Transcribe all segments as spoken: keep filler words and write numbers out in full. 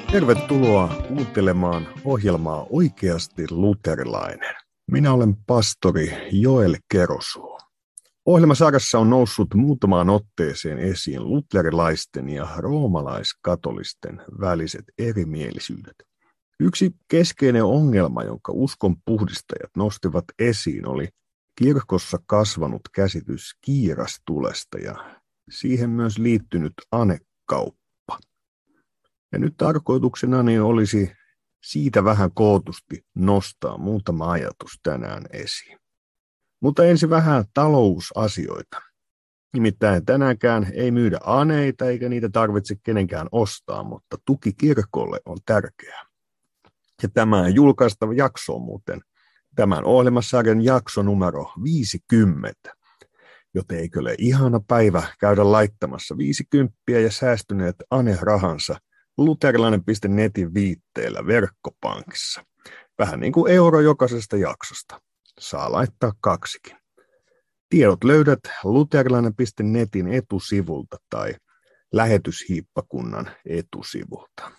Tervetuloa kuuntelemaan ohjelmaa Oikeasti luterilainen. Minä olen pastori Joel Kerosuo. Ohjelmasarjassa on noussut muutamaan otteeseen esiin luterilaisten ja roomalaiskatolisten väliset erimielisyydet. Yksi keskeinen ongelma, jonka uskon puhdistajat nostivat esiin, oli kirkossa kasvanut käsitys kiirastulesta ja siihen myös liittynyt anekauppa. Ja nyt tarkoituksenani olisi siitä vähän kootusti nostaa muutama ajatus tänään esiin. Mutta ensin vähän talousasioita. Nimittäin tänäänkään ei myydä aneita eikä niitä tarvitse kenenkään ostaa, mutta tuki kirkolle on tärkeää. Ja tämä julkaistava jakso on muuten tämän ohjelmasarjan jakso numero viisikymmentä. Joten eikö ole ihana päivä käydä laittamassa viisikymppiä ja säästyneet ane-rahansa luterilainen piste netin viitteellä verkkopankissa. Vähän niin kuin euro jokaisesta jaksosta. Saa laittaa kaksikin. Tiedot löydät luterilainen piste netin etusivulta tai lähetyshiippakunnan etusivulta.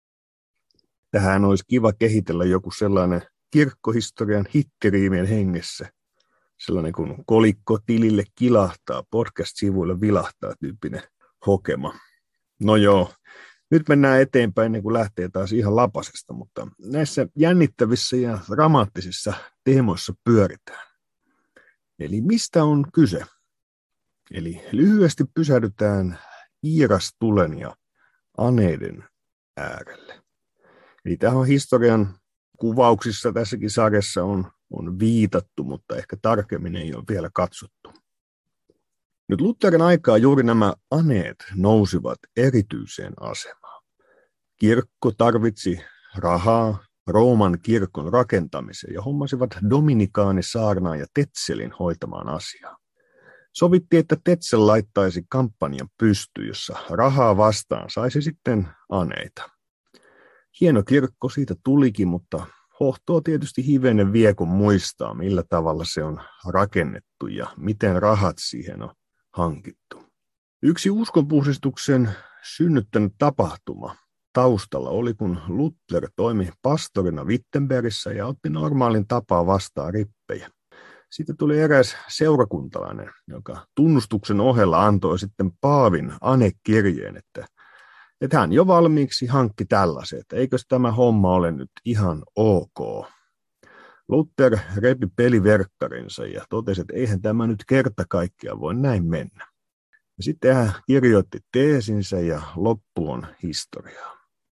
Tähän olisi kiva kehitellä joku sellainen kirkkohistorian hittiriimien hengessä. Sellainen kuin kolikko tilille kilahtaa, podcast-sivuille vilahtaa tyyppinen hokema. No joo. Nyt mennään eteenpäin ennen kuin lähtee taas ihan lapasesta, mutta näissä jännittävissä ja dramaattisissa teemoissa pyöritään. Eli mistä on kyse? Eli lyhyesti pysähdytään kiirastulen ja aneiden äärelle. Eli tähän historian kuvauksissa tässäkin sarjassa on, on viitattu, mutta ehkä tarkemmin ei ole vielä katsottu. Nyt Lutherin aikaa juuri nämä aneet nousivat erityiseen asemaan. Kirkko tarvitsi rahaa Rooman kirkon rakentamiseen ja hommasivat dominikaanisaarnaaja Tetzelin hoitamaan asiaa. Sovittiin, että Tetzel laittaisi kampanjan pystyyn, jossa rahaa vastaan saisi sitten aneita. Hieno kirkko siitä tulikin, mutta hohtoo tietysti hivenen vie, kun muistaa, millä tavalla se on rakennettu ja miten rahat siihen on hankittu. Yksi uskonpuhdistuksen synnyttänyt tapahtuma taustalla oli, kun Luther toimi pastorina Wittenbergissä ja otti normaalin tapaa vastaan rippejä. Siitä tuli eräs seurakuntalainen, joka tunnustuksen ohella antoi sitten paavin anekirjeen, että, että hän jo valmiiksi hankki tällaisen, että eikös tämä homma ole nyt ihan ok. Luther repi peliverkkarinsa ja totesi, että eihän tämä nyt kerta kaikkiaan voi näin mennä. Ja sitten hän kirjoitti teesinsä ja loppu on historiaa.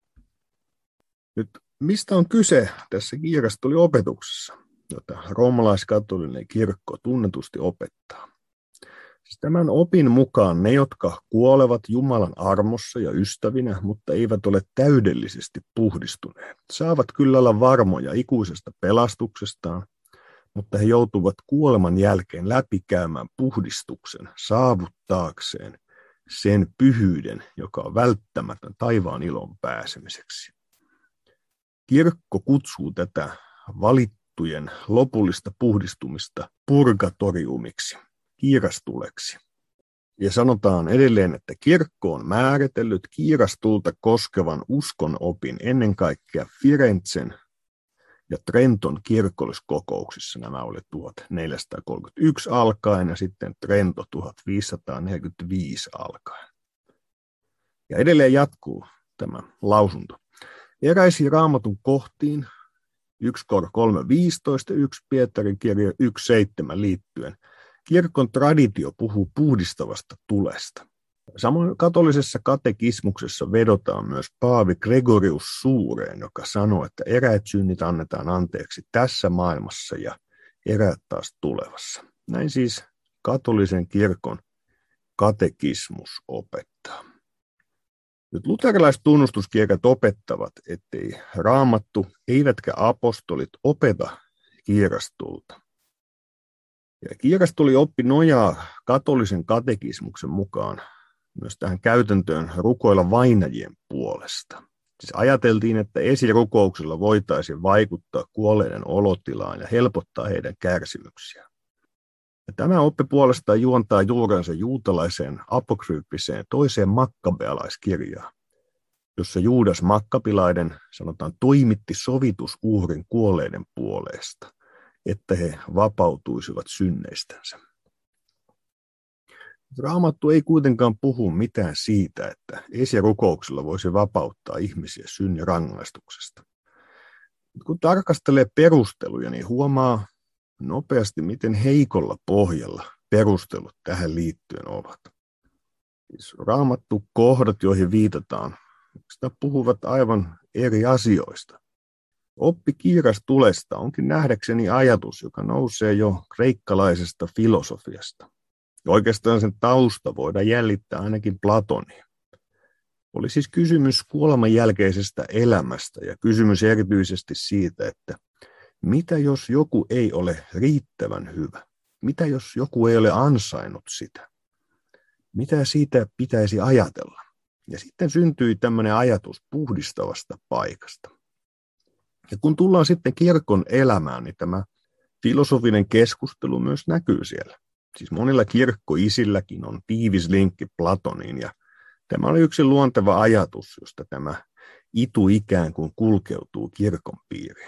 Nyt mistä on kyse tässä kiirastuliopetuksessa, jota roomalaiskatolinen kirkko tunnetusti opettaa? Siis tämän opin mukaan ne, jotka kuolevat Jumalan armossa ja ystävinä, mutta eivät ole täydellisesti puhdistuneet, saavat kyllä olla varmoja ikuisesta pelastuksestaan, mutta he joutuvat kuoleman jälkeen läpikäymään puhdistuksen saavuttaakseen sen pyhyyden, joka on välttämätön taivaan ilon pääsemiseksi. Kirkko kutsuu tätä valittujen lopullista puhdistumista purgatoriumiksi, kiirastuleksi. Ja sanotaan edelleen, että kirkko on määritellyt kiirastulta koskevan uskonopin ennen kaikkea Firenzen ja Trenton kirkolliskokouksissa. Nämä oli tuhatneljäsataakolmekymmentäyksi alkaen ja sitten Trento tuhatviisisataaneljäkymmentäviisi alkaen. Ja edelleen jatkuu tämä lausunto. Eräisiin Raamatun kohtiin yksi kolme viisitoista ja yksi Pietarin kirja yksi seitsemän liittyen kirkon traditio puhuu puhdistavasta tulesta. Samoin katolisessa katekismuksessa vedotaan myös paavi Gregorius Suureen, joka sanoo, että eräät synnit annetaan anteeksi tässä maailmassa ja eräät taas tulevassa. Näin siis katolisen kirkon katekismus opettaa. Nyt luterilaiset tunnustuskirjat opettavat, ettei Raamattu eivätkä apostolit opeta kiirastulta. Ja kiirastuli-oppi nojaa katolisen katekismuksen mukaan myös tähän käytäntöön rukoilla vainajien puolesta. Siis ajateltiin, että esirukouksella voitaisiin vaikuttaa kuolleiden olotilaan ja helpottaa heidän kärsimyksiään. Ja tämä oppi puolestaan juontaa juurensa juutalaiseen apokryyppiseen toiseen makkabealaiskirjaan. jossa Juudas Makkapilainen, sanotaan, toimitti sovitusuhrin kuolleiden puolesta, että he vapautuisivat synneistänsä. Raamattu ei kuitenkaan puhu mitään siitä, että esirukouksella voisi vapauttaa ihmisiä synnin rangaistuksesta. Kun tarkastelee perusteluja, niin huomaa nopeasti, miten heikolla pohjalla perustelut tähän liittyen ovat. Siis Raamattu kohdat, joihin viitataan, sitä puhuvat aivan eri asioista. Oppi kiirastulesta onkin nähdäkseni ajatus, joka nousee jo kreikkalaisesta filosofiasta. Ja oikeastaan sen tausta voidaan jäljittää ainakin Platoniin. Oli siis kysymys kuoleman jälkeisestä elämästä ja kysymys erityisesti siitä, että mitä jos joku ei ole riittävän hyvä? Mitä jos joku ei ole ansainnut sitä? Mitä siitä pitäisi ajatella? Ja sitten syntyi tämmöinen ajatus puhdistavasta paikasta. Ja kun tullaan sitten kirkon elämään, niin tämä filosofinen keskustelu myös näkyy siellä. Siis monilla kirkkoisilläkin on tiivis linkki Platoniin, ja tämä oli yksi luonteva ajatus, josta tämä itu ikään kuin kulkeutuu kirkon piiriin.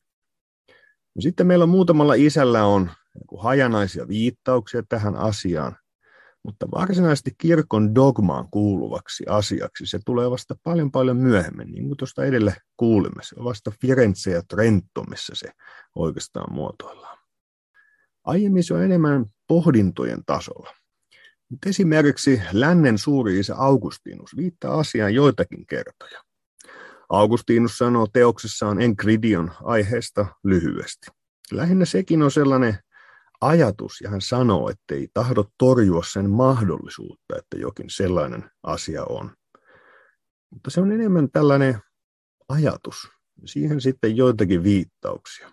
No sitten meillä muutamalla isällä on hajanaisia viittauksia tähän asiaan, mutta varsinaisesti kirkon dogmaan kuuluvaksi asiaksi se tulee vasta paljon paljon myöhemmin, niin kuin tuosta edellä kuulimme. Se on vasta Firenze ja Trento, missä se oikeastaan muotoillaan. Aiemmin se on enemmän pohdintojen tasolla. Nyt esimerkiksi lännen suuri-isä Augustinus viittaa asiaan joitakin kertoja. Augustinus sanoo teoksessaan Enchiridion aiheesta lyhyesti. Lähinnä sekin on sellainen ajatus, ja hän sanoo, ettei tahdo torjua sen mahdollisuutta, että jokin sellainen asia on. Mutta se on enemmän tällainen ajatus. Siihen sitten joitakin viittauksia.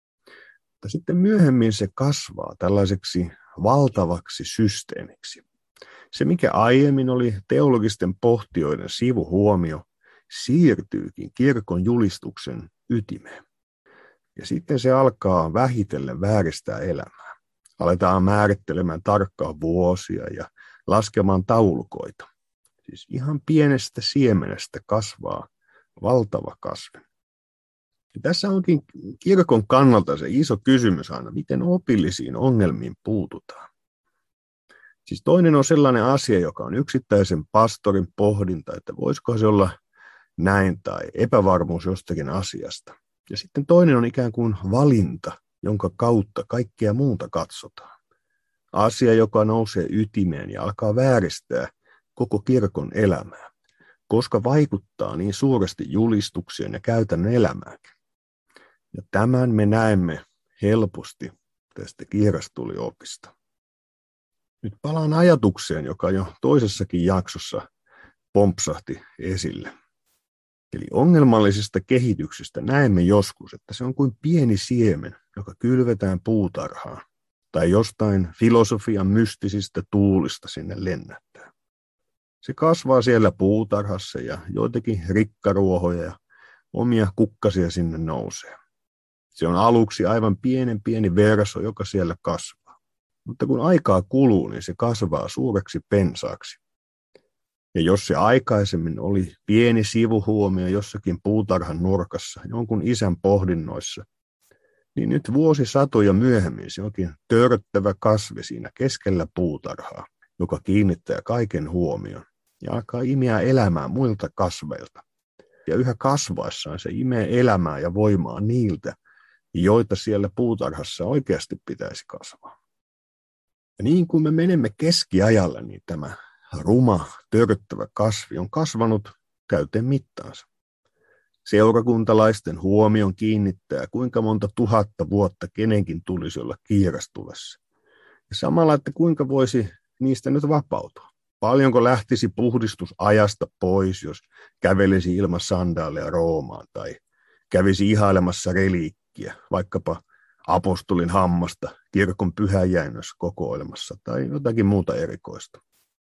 Mutta sitten myöhemmin se kasvaa tällaiseksi valtavaksi systeemiksi. Se, mikä aiemmin oli teologisten pohtijoiden sivuhuomio, siirtyykin kirkon julistuksen ytimeen. Ja sitten se alkaa vähitellen vääristää elämää. Aletaan määrittelemään tarkkaa vuosia ja laskemaan taulukoita. Siis ihan pienestä siemenestä kasvaa valtava kasvi. Ja tässä onkin kirkon kannalta se iso kysymys aina, miten opillisiin ongelmiin puututaan. Siis toinen on sellainen asia, joka on yksittäisen pastorin pohdinta, että voisiko se olla näin tai epävarmuus jostakin asiasta. Ja sitten toinen on ikään kuin valinta, jonka kautta kaikkea muuta katsotaan. Asia, joka nousee ytimeen ja alkaa vääristää koko kirkon elämää, koska vaikuttaa niin suuresti julistukseen ja käytännön elämäänkin. Ja tämän me näemme helposti tästä kiirastuliopista. Nyt palaan ajatukseen, joka jo toisessakin jaksossa pompsahti esille. Eli ongelmallisesta kehityksestä näemme joskus, että se on kuin pieni siemen, joka kylvetään puutarhaan, tai jostain filosofian mystisistä tuulista sinne lennättää. Se kasvaa siellä puutarhassa ja joitakin rikkaruohoja ja omia kukkasia sinne nousee. Se on aluksi aivan pienen pieni verso, joka siellä kasvaa. Mutta kun aikaa kuluu, niin se kasvaa suureksi pensaaksi. Ja jos se aikaisemmin oli pieni sivuhuomio jossakin puutarhan nurkassa, jonkun isän pohdinnoissa, niin nyt vuosisatoja myöhemmin se onkin törttävä kasvi siinä keskellä puutarhaa, joka kiinnittää kaiken huomion ja alkaa imeä elämää muilta kasveilta. Ja yhä kasvaessaan se imee elämää ja voimaa niiltä, joita siellä puutarhassa oikeasti pitäisi kasvaa. Ja niin kuin me menemme keskiajalle, niin tämä ruma, törttävä kasvi on kasvanut täyteen mittaansa. Seurakuntalaisten huomion kiinnittää, kuinka monta tuhatta vuotta kenenkin tulisi olla kiirastulessa. Ja samalla, että kuinka voisi niistä nyt vapautua. Paljonko lähtisi puhdistusajasta pois, jos kävelisi ilman sandaaleja Roomaan tai kävisi ihailemassa reliikkiä, vaikkapa apostolin hammasta kirkon pyhäjäännössä kokoelmassa tai jotakin muuta erikoista.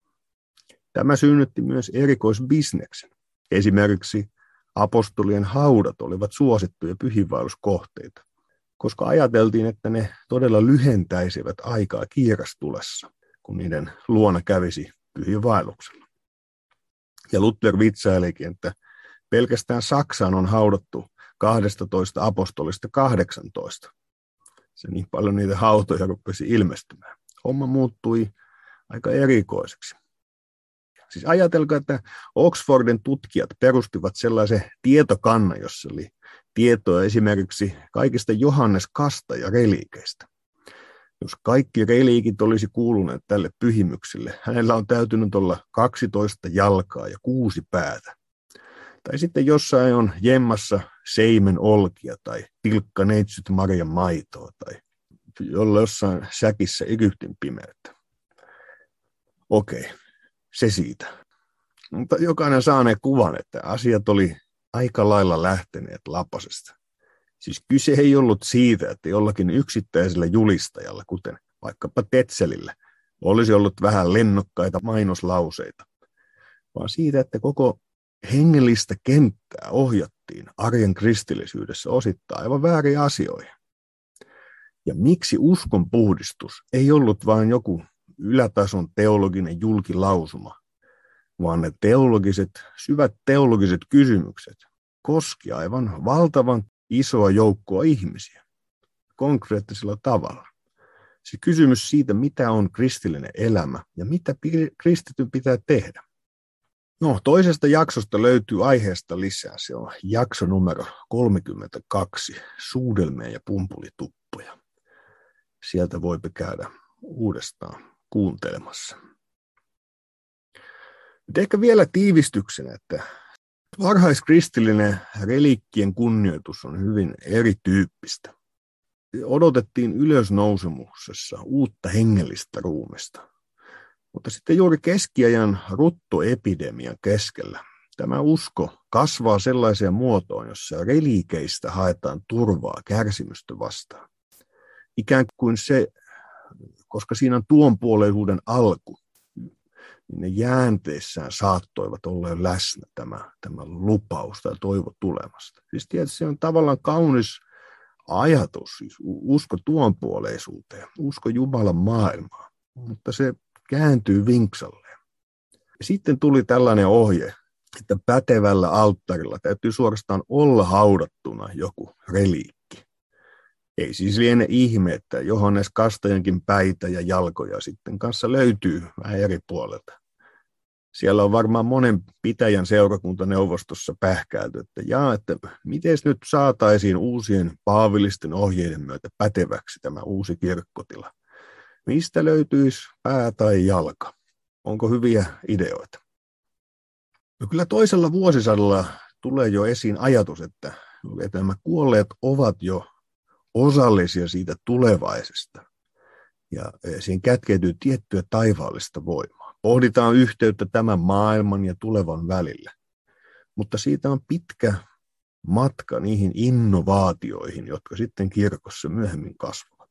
Tämä synnytti myös erikoisbisneksen. Esimerkiksi apostolien haudat olivat suosittuja pyhiinvaelluskohteita, koska ajateltiin, että ne todella lyhentäisivät aikaa kiirastulessa, kun niiden luona kävisi pyhiinvaelluksella. Ja Luther vitsailikin, että pelkästään Saksaan on haudattu kaksitoista apostolista kahdeksantoista. Se niin paljon niitä hautoja rupesi ilmestymään. Homma muuttui aika erikoiseksi. Siis ajatelkaa, että Oxfordin tutkijat perustivat sellaisen tietokannan, jossa oli tietoa esimerkiksi kaikista Johannes Kastaja-reliikeistä. Jos kaikki reliikit olisi kuuluneet tälle pyhimykselle, hänellä on täytynyt olla kaksitoista jalkaa ja kuusi päätä. Tai sitten jossain on jemmassa seimen olkia tai tilkka neitsyt marjan maitoa tai jolla jossain säkissä Egyptin pimeyttä. Okei, se siitä. Mutta jokainen saanee kuvan, että asiat oli aika lailla lähteneet lapasesta. Siis kyse ei ollut siitä, että jollakin yksittäisellä julistajalla, kuten vaikkapa Tetzelillä, olisi ollut vähän lennokkaita mainoslauseita, vaan siitä, että koko hengellistä kenttää ohjattiin arjen kristillisyydessä osittain aivan väärin asioihin. Ja miksi uskon puhdistus ei ollut vain joku ylätason teologinen julkilausuma, vaan ne teologiset, syvät teologiset kysymykset koski aivan valtavan isoa joukkoa ihmisiä konkreettisella tavalla. Se kysymys siitä, mitä on kristillinen elämä ja mitä kristityn pitää tehdä. No, toisesta jaksosta löytyy aiheesta lisää. Se on jakso numero kolmekymmentäkaksi, suudelmia ja pumpulituppoja. Sieltä voi käydä uudestaan kuuntelemassa. Nyt ehkä vielä tiivistyksenä, että varhaiskristillinen reliikkien kunnioitus on hyvin erityyppistä. Odotettiin ylösnousemuksessa uutta hengellistä ruumista. Mutta sitten juuri keskiajan ruttoepidemian keskellä tämä usko kasvaa sellaiseen muotoon, jossa reliikeistä haetaan turvaa kärsimystä vastaan. Ikään kuin se, koska siinä on tuonpuoleisuuden alku, niin ne jäänteissään saattoivat olla jo läsnä tämä, tämä lupaus tai toivo tulemasta. Siis tietysti se on tavallaan kaunis ajatus, siis usko tuonpuoleisuuteen, usko Jumalan maailmaan, mutta se kääntyy vinksalleen. Ja sitten tuli tällainen ohje, että pätevällä alttarilla täytyy suorastaan olla haudattuna joku reliikki. Ei siis liene ihme, että Johannes Kastajankin päitä ja jalkoja sitten kanssa löytyy vähän eri puolelta. Siellä on varmaan monen pitäjän seurakuntaneuvostossa pähkäilty, että jaa, että miten nyt saataisiin uusien paavillisten ohjeiden myötä päteväksi tämä uusi kirkkotila. Mistä löytyisi pää tai jalka? Onko hyviä ideoita? No kyllä toisella vuosisadalla tulee jo esiin ajatus, että, että nämä kuolleet ovat jo osallisia siitä tulevaisesta. Ja siihen kätkeytyy tiettyä taivaallista voimaa. Pohditaan yhteyttä tämän maailman ja tulevan välillä. Mutta siitä on pitkä matka niihin innovaatioihin, jotka sitten kirkossa myöhemmin kasvavat.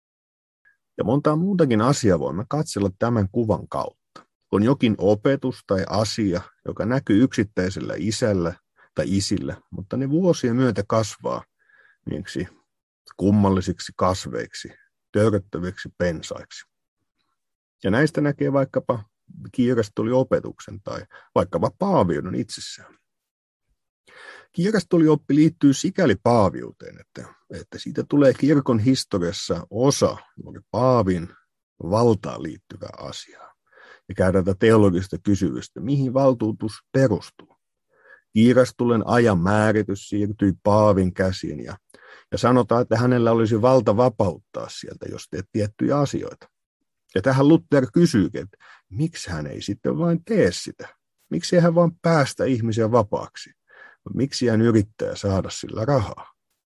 Ja montaa muutakin asiaa voimme katsella tämän kuvan kautta. On jokin opetus tai asia, joka näkyy yksittäisellä isällä tai isillä, mutta ne vuosien myötä kasvaa niiksi kummallisiksi kasveiksi, töröttäviksi pensaiksi. Ja näistä näkee vaikkapa kiirastuliopetuksen tai vaikkapa paaviuden itsessään. Kiirastolioppi liittyy sikäli paaviuteen, että, että siitä tulee kirkon historiassa osa paavin valtaan liittyvää asiaa. Ja käydään tätä teologista kysymystä, mihin valtuutus perustuu. Kiirastulen ajan määritys siirtyi paavin käsiin ja, ja sanotaan, että hänellä olisi valta vapauttaa sieltä, jos teet tiettyjä asioita. Ja tähän Luther kysyykin, että miksi hän ei sitten vain tee sitä? Miksi hän vaan päästä ihmisiä vapaaksi? Miksi hän yrittää saada sillä rahaa?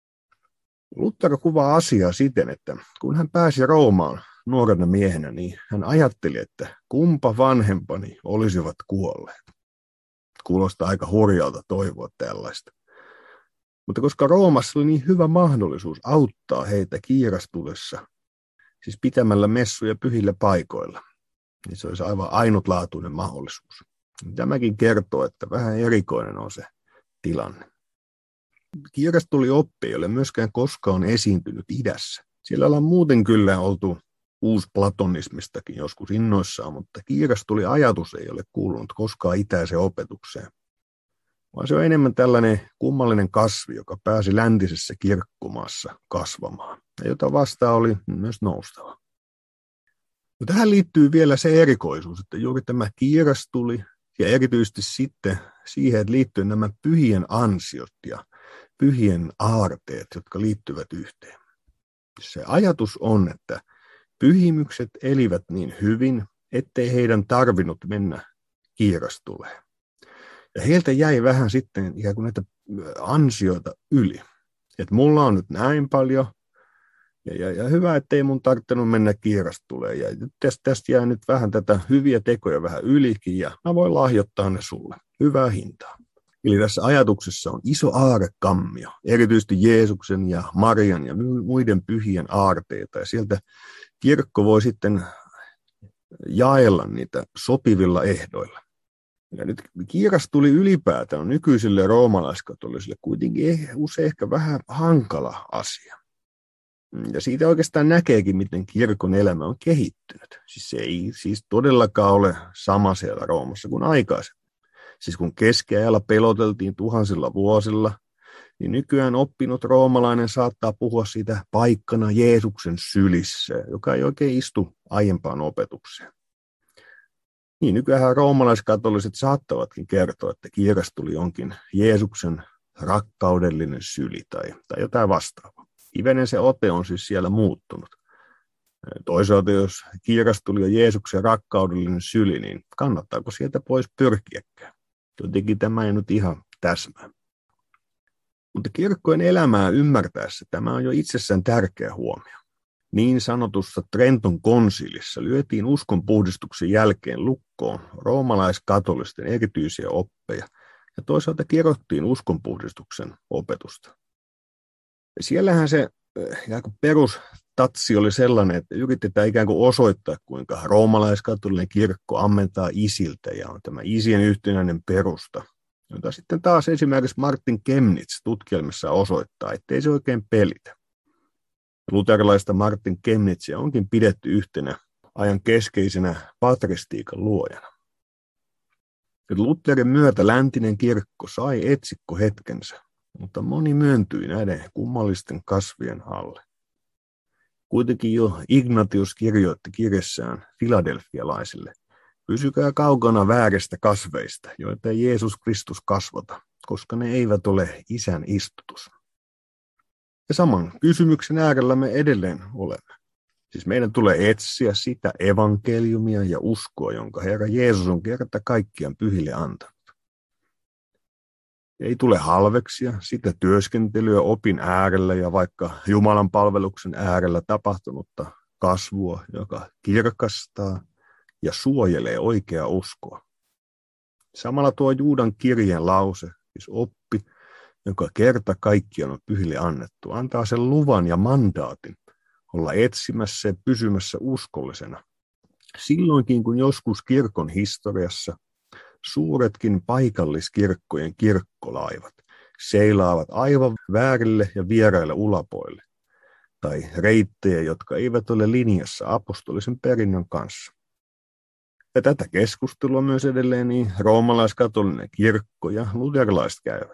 Luther kuvaa asiaa siten, että kun hän pääsi Roomaan nuorena miehenä, niin hän ajatteli, että kumpa vanhempani olisivat kuolleet. Kuulostaa aika hurjalta toivoa tällaista. Mutta koska Roomassa oli niin hyvä mahdollisuus auttaa heitä kiirastulessa, siis pitämällä messuja pyhillä paikoilla, niin se olisi aivan ainutlaatuinen mahdollisuus. Tämäkin kertoo, että vähän erikoinen on se tilanne. Kiirastuli oppi ei ole myöskään koskaan esiintynyt idässä. Siellä ollaan muuten kyllä oltu uusplatonismistakin joskus innoissaan, mutta kiirastuli ajatus ei ole kuulunut koskaan itäiseen opetukseen, vaan se on enemmän tällainen kummallinen kasvi, joka pääsi läntisessä kirkkomaassa kasvamaan, ja jota vastaan oli myös noustava. No, tähän liittyy vielä se erikoisuus, että juuri tämä kiirastuli, ja erityisesti sitten siihen liittyen nämä pyhien ansiot ja pyhien aarteet, jotka liittyvät yhteen. Se ajatus on, että pyhimykset elivät niin hyvin, ettei heidän tarvinnut mennä kiirastuleen. Ja heiltä jäi vähän sitten ikään kuin näitä ansioita yli. Että mulla on nyt näin paljon, ja, ja, ja hyvä, ettei mun tarvinnut mennä kiirastuleen. Ja tästä, tästä jää nyt vähän tätä hyviä tekoja vähän ylikin, ja mä voin lahjoittaa ne sulle. Hyvää hintaa. Eli tässä ajatuksessa on iso aarekammio, erityisesti Jeesuksen ja Marian ja muiden pyhien aarteita. Ja sieltä kirkko voi sitten jaella niitä sopivilla ehdoilla. Ja nyt kiirastuli ylipäätään on nykyisille roomalaiskatolisille kuitenkin usein ehkä vähän hankala asia. Ja siitä oikeastaan näkeekin, miten kirkon elämä on kehittynyt. Siis se ei siis todellakaan ole sama siellä Roomassa kuin aikaisemmin. Siis kun keskiajalla peloteltiin tuhansilla vuosilla, niin nykyään oppinut roomalainen saattaa puhua siitä paikkana Jeesuksen sylissä, joka ei oikein istu aiempaan opetukseen. Niin nykyään roomalaiskatoliset saattavatkin kertoa, että kiirastuli onkin Jeesuksen rakkaudellinen syli tai, tai jotain vastaavaa. Hivenen se ote on siis siellä muuttunut. Toisaalta jos kiirastuli on Jeesuksen rakkaudellinen syli, niin kannattaako sieltä pois pyrkiäkään? Jotenkin tämä ei nyt ihan täsmää. Mutta kirkkojen elämää ymmärtäessä tämä on jo itsessään tärkeä huomio. Niin sanotussa Trenton konsilissa lyötiin uskonpuhdistuksen jälkeen lukkoon roomalaiskatolisten erityisiä oppeja ja toisaalta kirjoittiin uskonpuhdistuksen opetusta. Ja siellähän se ikään kuin perustatsi oli sellainen, että yritetään ikään kuin osoittaa, kuinka roomalaiskatolinen kirkko ammentaa isiltä ja on tämä isien yhtenäinen perusta, jota sitten taas esimerkiksi Martin Chemnitz tutkielmissa osoittaa, ettei se oikein pelitä. Luterilaista Martin Chemnitzia onkin pidetty yhtenä ajan keskeisenä patristiikan luojana. Lutherin myötä läntinen kirkko sai etsikkohetkensä, mutta moni myöntyi näiden kummallisten kasvien alle. Kuitenkin jo Ignatius kirjoitti kirjassaan filadelfialaisille: pysykää kaukana vääristä kasveista, joita ei Jeesus Kristus kasvata, koska ne eivät ole isän istutus. Ja saman kysymyksen äärellä me edelleen olemme. Siis meidän tulee etsiä sitä evankeliumia ja uskoa, jonka Herra Jeesus on kerta kaikkiaan pyhille antanut. Ei tule halveksia sitä työskentelyä opin äärellä ja vaikka Jumalan palveluksen äärellä tapahtunutta kasvua, joka kirkastaa ja suojelee oikeaa uskoa. Samalla tuo Juudan kirjeen lause, siis oppi, joka kerta kaikkiaan on pyhille annettu, antaa sen luvan ja mandaatin olla etsimässä ja pysymässä uskollisena. Silloinkin, kun joskus kirkon historiassa suuretkin paikalliskirkkojen kirkkolaivat seilaavat aivan väärille ja vieraille ulapoille, tai reittejä, jotka eivät ole linjassa apostolisen perinnön kanssa. Ja tätä keskustelua myös edelleen niin roomalaiskatolinen kirkko ja luterilaiset käyvät.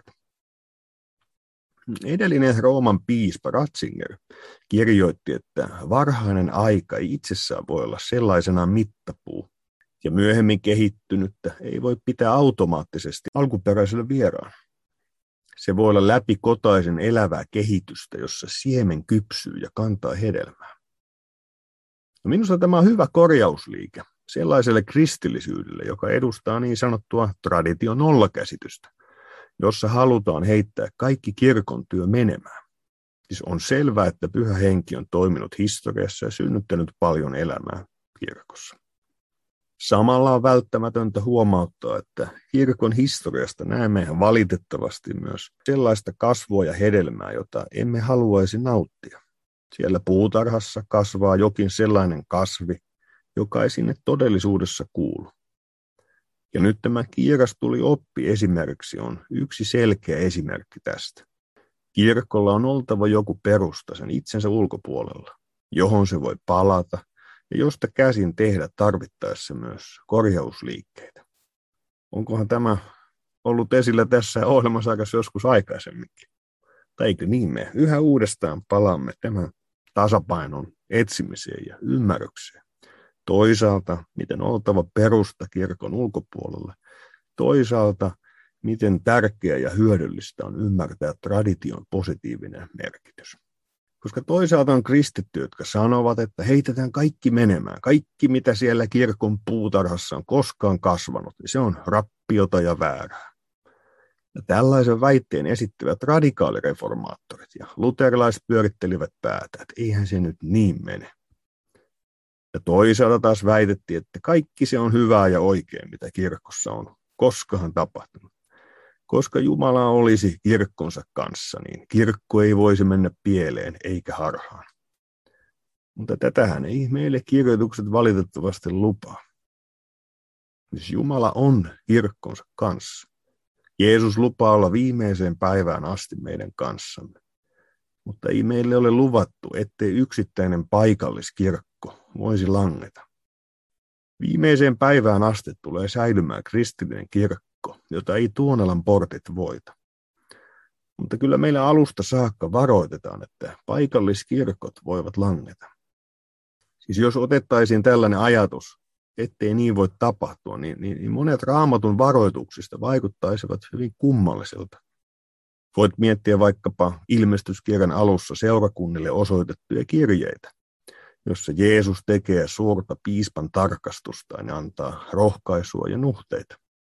Edellinen Rooman piispa Ratzinger kirjoitti, että varhainen aika ei itsessään voi olla sellaisenaan mittapuu, ja myöhemmin kehittynyttä ei voi pitää automaattisesti alkuperäisellä vieraan. Se voi olla läpikotaisen elävää kehitystä, jossa siemen kypsyy ja kantaa hedelmää. No minusta tämä on hyvä korjausliike sellaiselle kristillisyydelle, joka edustaa niin sanottua tradition nollakäsitystä, jossa halutaan heittää kaikki kirkon työ menemään. Siis on selvää, että Pyhä Henki on toiminut historiassa ja synnyttänyt paljon elämää kirkossa. Samalla on välttämätöntä huomauttaa, että kirkon historiasta näemme valitettavasti myös sellaista kasvua ja hedelmää, jota emme haluaisi nauttia. Siellä puutarhassa kasvaa jokin sellainen kasvi, joka ei sinne todellisuudessa kuulu. Ja nyt tämä kiirastuli oppi esimerkiksi on yksi selkeä esimerkki tästä. Kirkolla on oltava joku perusta sen itsensä ulkopuolella, johon se voi palata ja josta käsin tehdä tarvittaessa myös korjausliikkeitä. Onkohan tämä ollut esillä tässä ohjelmasarjassa joskus aikaisemminkin? Tai eikö niin, me yhä uudestaan palaamme tämän tasapainon etsimiseen ja ymmärrykseen. Toisaalta, miten oltava perusta kirkon ulkopuolella. Toisaalta, miten tärkeää ja hyödyllistä on ymmärtää tradition positiivinen merkitys. Koska toisaalta on kristittyjä, jotka sanovat, että heitetään kaikki menemään. Kaikki, mitä siellä kirkon puutarhassa on koskaan kasvanut, niin se on rappiota ja väärää. Ja tällaisen väitteen esittivät radikaalireformaattorit ja luterilaiset pyörittelivät päätä, että eihän se nyt niin mene. Ja toisaalta taas väitettiin, että kaikki se on hyvää ja oikein, mitä kirkossa on koskaan tapahtunut. Koska Jumala olisi kirkkonsa kanssa, niin kirkko ei voisi mennä pieleen eikä harhaan. Mutta tätähän ei meille kirjoitukset valitettavasti lupaa. Siis Jumala on kirkkonsa kanssa. Jeesus lupaa olla viimeiseen päivään asti meidän kanssamme. Mutta ei meille ole luvattu, ettei yksittäinen paikalliskirkko voisi langeta. Viimeiseen päivään asti tulee säilymään kristillinen kirkko, jota ei Tuonelan portit voita. Mutta kyllä meillä alusta saakka varoitetaan, että paikalliskirkot voivat langeta. Siis jos otettaisiin tällainen ajatus, ettei niin voi tapahtua, niin, niin, niin monet Raamatun varoituksista vaikuttaisivat hyvin kummalliselta. Voit miettiä vaikkapa ilmestyskirjan alussa seurakunnille osoitettuja kirjeitä, jossa Jeesus tekee suurta piispan tarkastusta ja antaa rohkaisua ja nuhteita.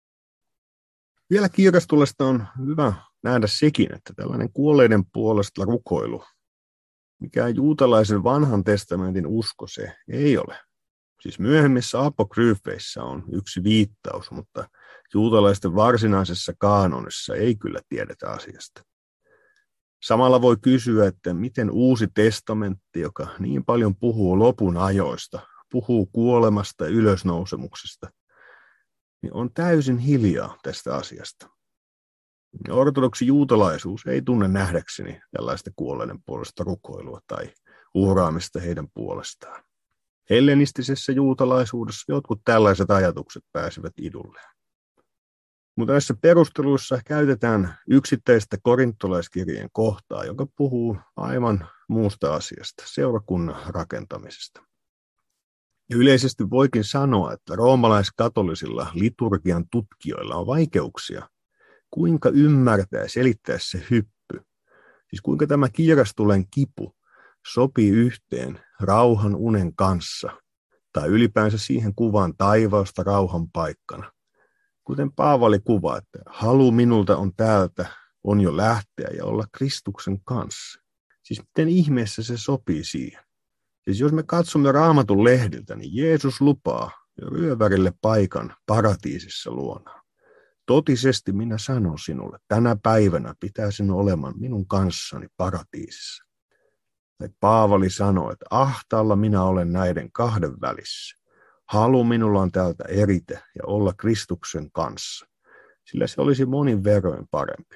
Vielä kirkastulesta on hyvä nähdä sekin, että tällainen kuolleiden puolesta rukoilu, mikä juutalaisen vanhan testamentin usko se ei ole. Siis myöhemmissä apokryyfeissä on yksi viittaus, mutta juutalaisten varsinaisessa kaanonissa ei kyllä tiedetä asiasta. Samalla voi kysyä, että miten uusi testamentti, joka niin paljon puhuu lopun ajoista, puhuu kuolemasta ja ylösnousemuksesta, niin on täysin hiljaa tästä asiasta. Ortodoksi juutalaisuus ei tunne nähdäkseni tällaista kuolleiden puolesta rukoilua tai uhraamista heidän puolestaan. Hellenistisessä juutalaisuudessa jotkut tällaiset ajatukset pääsivät idulleen. Mutta näissä perusteluissa käytetään yksittäistä korintolaiskirjeen kohtaa, joka puhuu aivan muusta asiasta, seurakunnan rakentamisesta. Ja yleisesti voikin sanoa, että roomalaiskatolisilla liturgian tutkijoilla on vaikeuksia, kuinka ymmärtää ja selittää se hyppy. Siis kuinka tämä kiirastulen kipu sopii yhteen rauhan unen kanssa, tai ylipäänsä siihen kuvaan taivausta rauhan paikkana. Kuten Paavali kuvaa, että halu minulta on täältä, on jo lähteä ja olla Kristuksen kanssa. Siis miten ihmeessä se sopii siihen? Siis jos me katsomme Raamatun lehdiltä, niin Jeesus lupaa ryövärille paikan paratiisissa luonaan. Totisesti minä sanon sinulle, tänä päivänä pitää sinun olemaan minun kanssani paratiisissa. Tai Paavali sanoi, että ahtaalla minä olen näiden kahden välissä. Halu minulla on täältä eritä ja olla Kristuksen kanssa, sillä se olisi monin verroin parempi.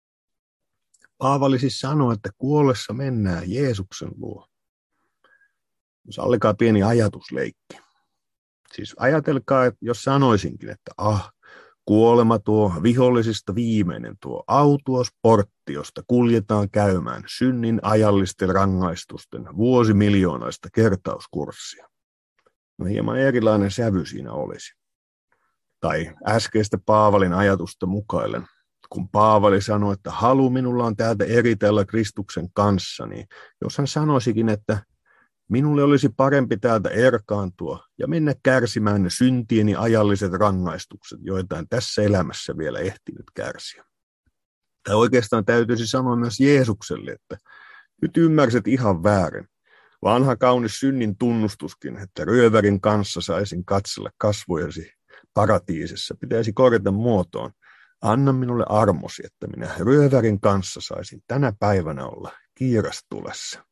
Paavali siis sanoi, että kuollessa mennään Jeesuksen luo. Sallikaa pieni ajatusleikki. Siis ajatelkaa, että jos sanoisinkin, että ah, kuolema tuo vihollisista viimeinen, tuo autuas portti, josta kuljetaan käymään synnin ajallisten rangaistusten vuosimiljoonaista kertauskurssia. No hieman erilainen sävy siinä olisi. Tai äskeistä Paavalin ajatusta mukaillen, kun Paavali sanoi, että halu minulla on täältä eritellä Kristuksen kanssa, niin jos hän sanoisikin, että minulle olisi parempi täältä erkaantua ja mennä kärsimään ne syntieni ajalliset rangaistukset, joita en tässä elämässä vielä ehtinyt kärsiä. Tai oikeastaan täytyisi sanoa myös Jeesukselle, että nyt ymmärsit ihan väärin. Vanha kaunis synnin tunnustuskin, että ryövärin kanssa saisin katsella kasvojasi paratiisissa, pitäisi korjata muotoon. Anna minulle armosi, että minä ryövärin kanssa saisin tänä päivänä olla kiirastulessa.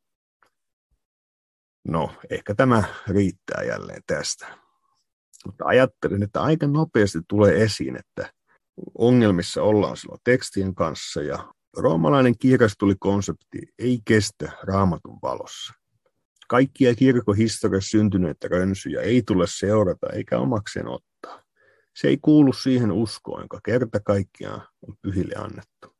No, ehkä tämä riittää jälleen tästä. Mutta ajattelin, että aika nopeasti tulee esiin, että ongelmissa ollaan silloin tekstien kanssa ja roomalainen kiirastulikonsepti ei kestä Raamatun valossa. Kaikkia kirkon historiassa syntyneitä rönsyjä ei tule seurata eikä omakseen ottaa. Se ei kuulu siihen uskoon, jonka kerta kaikkiaan on pyhille annettu.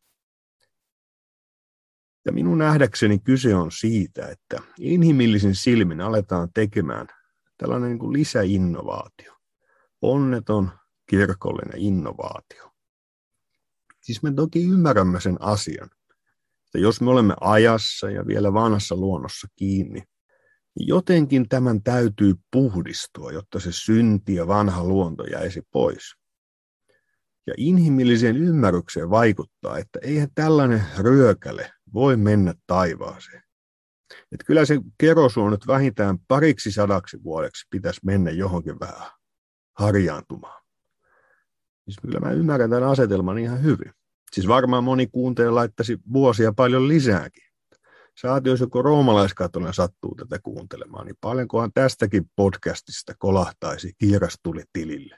Ja minun nähdäkseni kyse on siitä, että inhimillisin silmin aletaan tekemään tällainen niin kuin lisäinnovaatio. Onneton kirkollinen innovaatio. Siis me toki ymmärrämme sen asian, että jos me olemme ajassa ja vielä vanhassa luonnossa kiinni, niin jotenkin tämän täytyy puhdistua, jotta se synti ja vanha luonto jäisi pois. Ja inhimilliseen ymmärrykseen vaikuttaa, että eihän tällainen ryökäle voi mennä taivaaseen. Että kyllä se kerosuo nyt vähintään pariksi sadaksi vuodeksi pitäisi mennä johonkin vähän harjaantumaan. Siis kyllä mä ymmärrän tämän asetelman ihan hyvin. Siis varmaan moni kuuntelija laittaisi vuosia paljon lisääkin. Saat, jos joku roomalaiskatolinen sattuu tätä kuuntelemaan, niin paljonkohan tästäkin podcastista kolahtaisi kiirastuli tilille.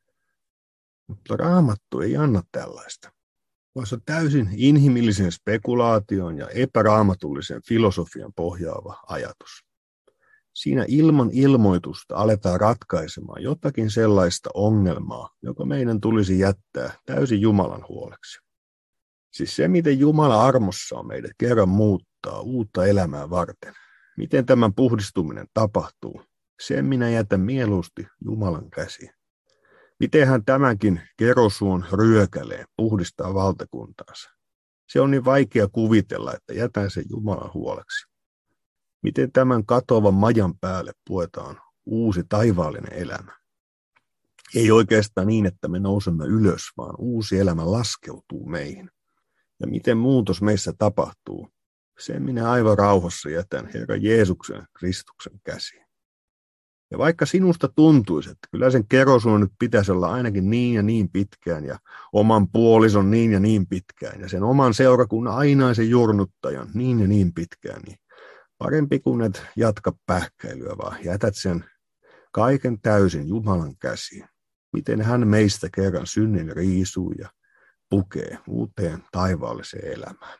Mutta Raamattu ei anna tällaista. Vaan se on täysin inhimillisen spekulaation ja epäraamatullisen filosofian pohjaava ajatus. Siinä ilman ilmoitusta aletaan ratkaisemaan jotakin sellaista ongelmaa, joka meidän tulisi jättää täysin Jumalan huoleksi. Siis se, miten Jumala armossaan meidät kerran muuttaa uutta elämää varten, miten tämän puhdistuminen tapahtuu, sen minä jätän mieluusti Jumalan käsiin. Miten hän tämänkin kerosuon ryökäleen puhdistaa valtakuntaansa. Se on niin vaikea kuvitella, että jätän sen Jumalan huoleksi. Miten tämän katoavan majan päälle puetaan uusi taivaallinen elämä. Ei oikeastaan niin, että me nousemme ylös, vaan uusi elämä laskeutuu meihin. Ja miten muutos meissä tapahtuu, sen minä aivan rauhassa jätän Herran Jeesuksen Kristuksen käsiin. Ja vaikka sinusta tuntuisi, että kyllä sen kerosuon nyt pitäisi olla ainakin niin ja niin pitkään ja oman puolison niin ja niin pitkään ja sen oman seurakunnan ainaisen jurnuttajan niin ja niin pitkään, niin parempi kun et jatka pähkäilyä, vaan jätät sen kaiken täysin Jumalan käsiin. Miten hän meistä kerran synnin riisuu ja pukee uuteen taivaalliseen elämään.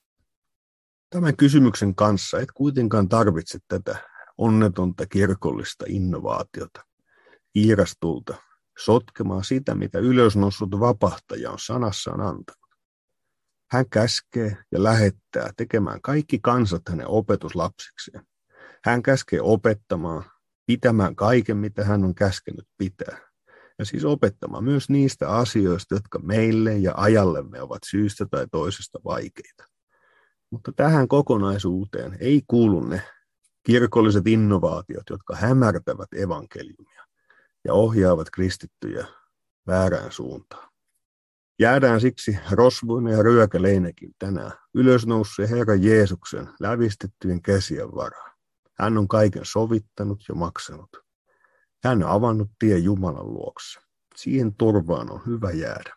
Tämän kysymyksen kanssa et kuitenkaan tarvitse tätä onnetonta kirkollista innovaatiota, kiirastulta, sotkemaan sitä, mitä ylösnossut vapahtaja on sanassaan antanut. Hän käskee ja lähettää tekemään kaikki kansat hänen opetuslapsikseen. Hän käskee opettamaan, pitämään kaiken, mitä hän on käskenyt pitää. Ja siis opettamaan myös niistä asioista, jotka meille ja ajallemme ovat syystä tai toisesta vaikeita. Mutta tähän kokonaisuuteen ei kuulu ne kirkolliset innovaatiot, jotka hämärtävät evankeliumia ja ohjaavat kristittyjä väärään suuntaan. Jäädään siksi rosvoina ja ryökäleinäkin tänään ylösnousseen Herran Jeesuksen lävistettyjen käsien varaan. Hän on kaiken sovittanut ja maksanut. Hän on avannut tie Jumalan luokse. Siihen turvaan on hyvä jäädä.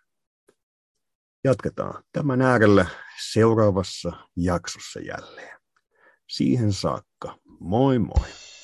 Jatketaan tämän äärellä seuraavassa jaksossa jälleen. Siihen saakka, moi moi!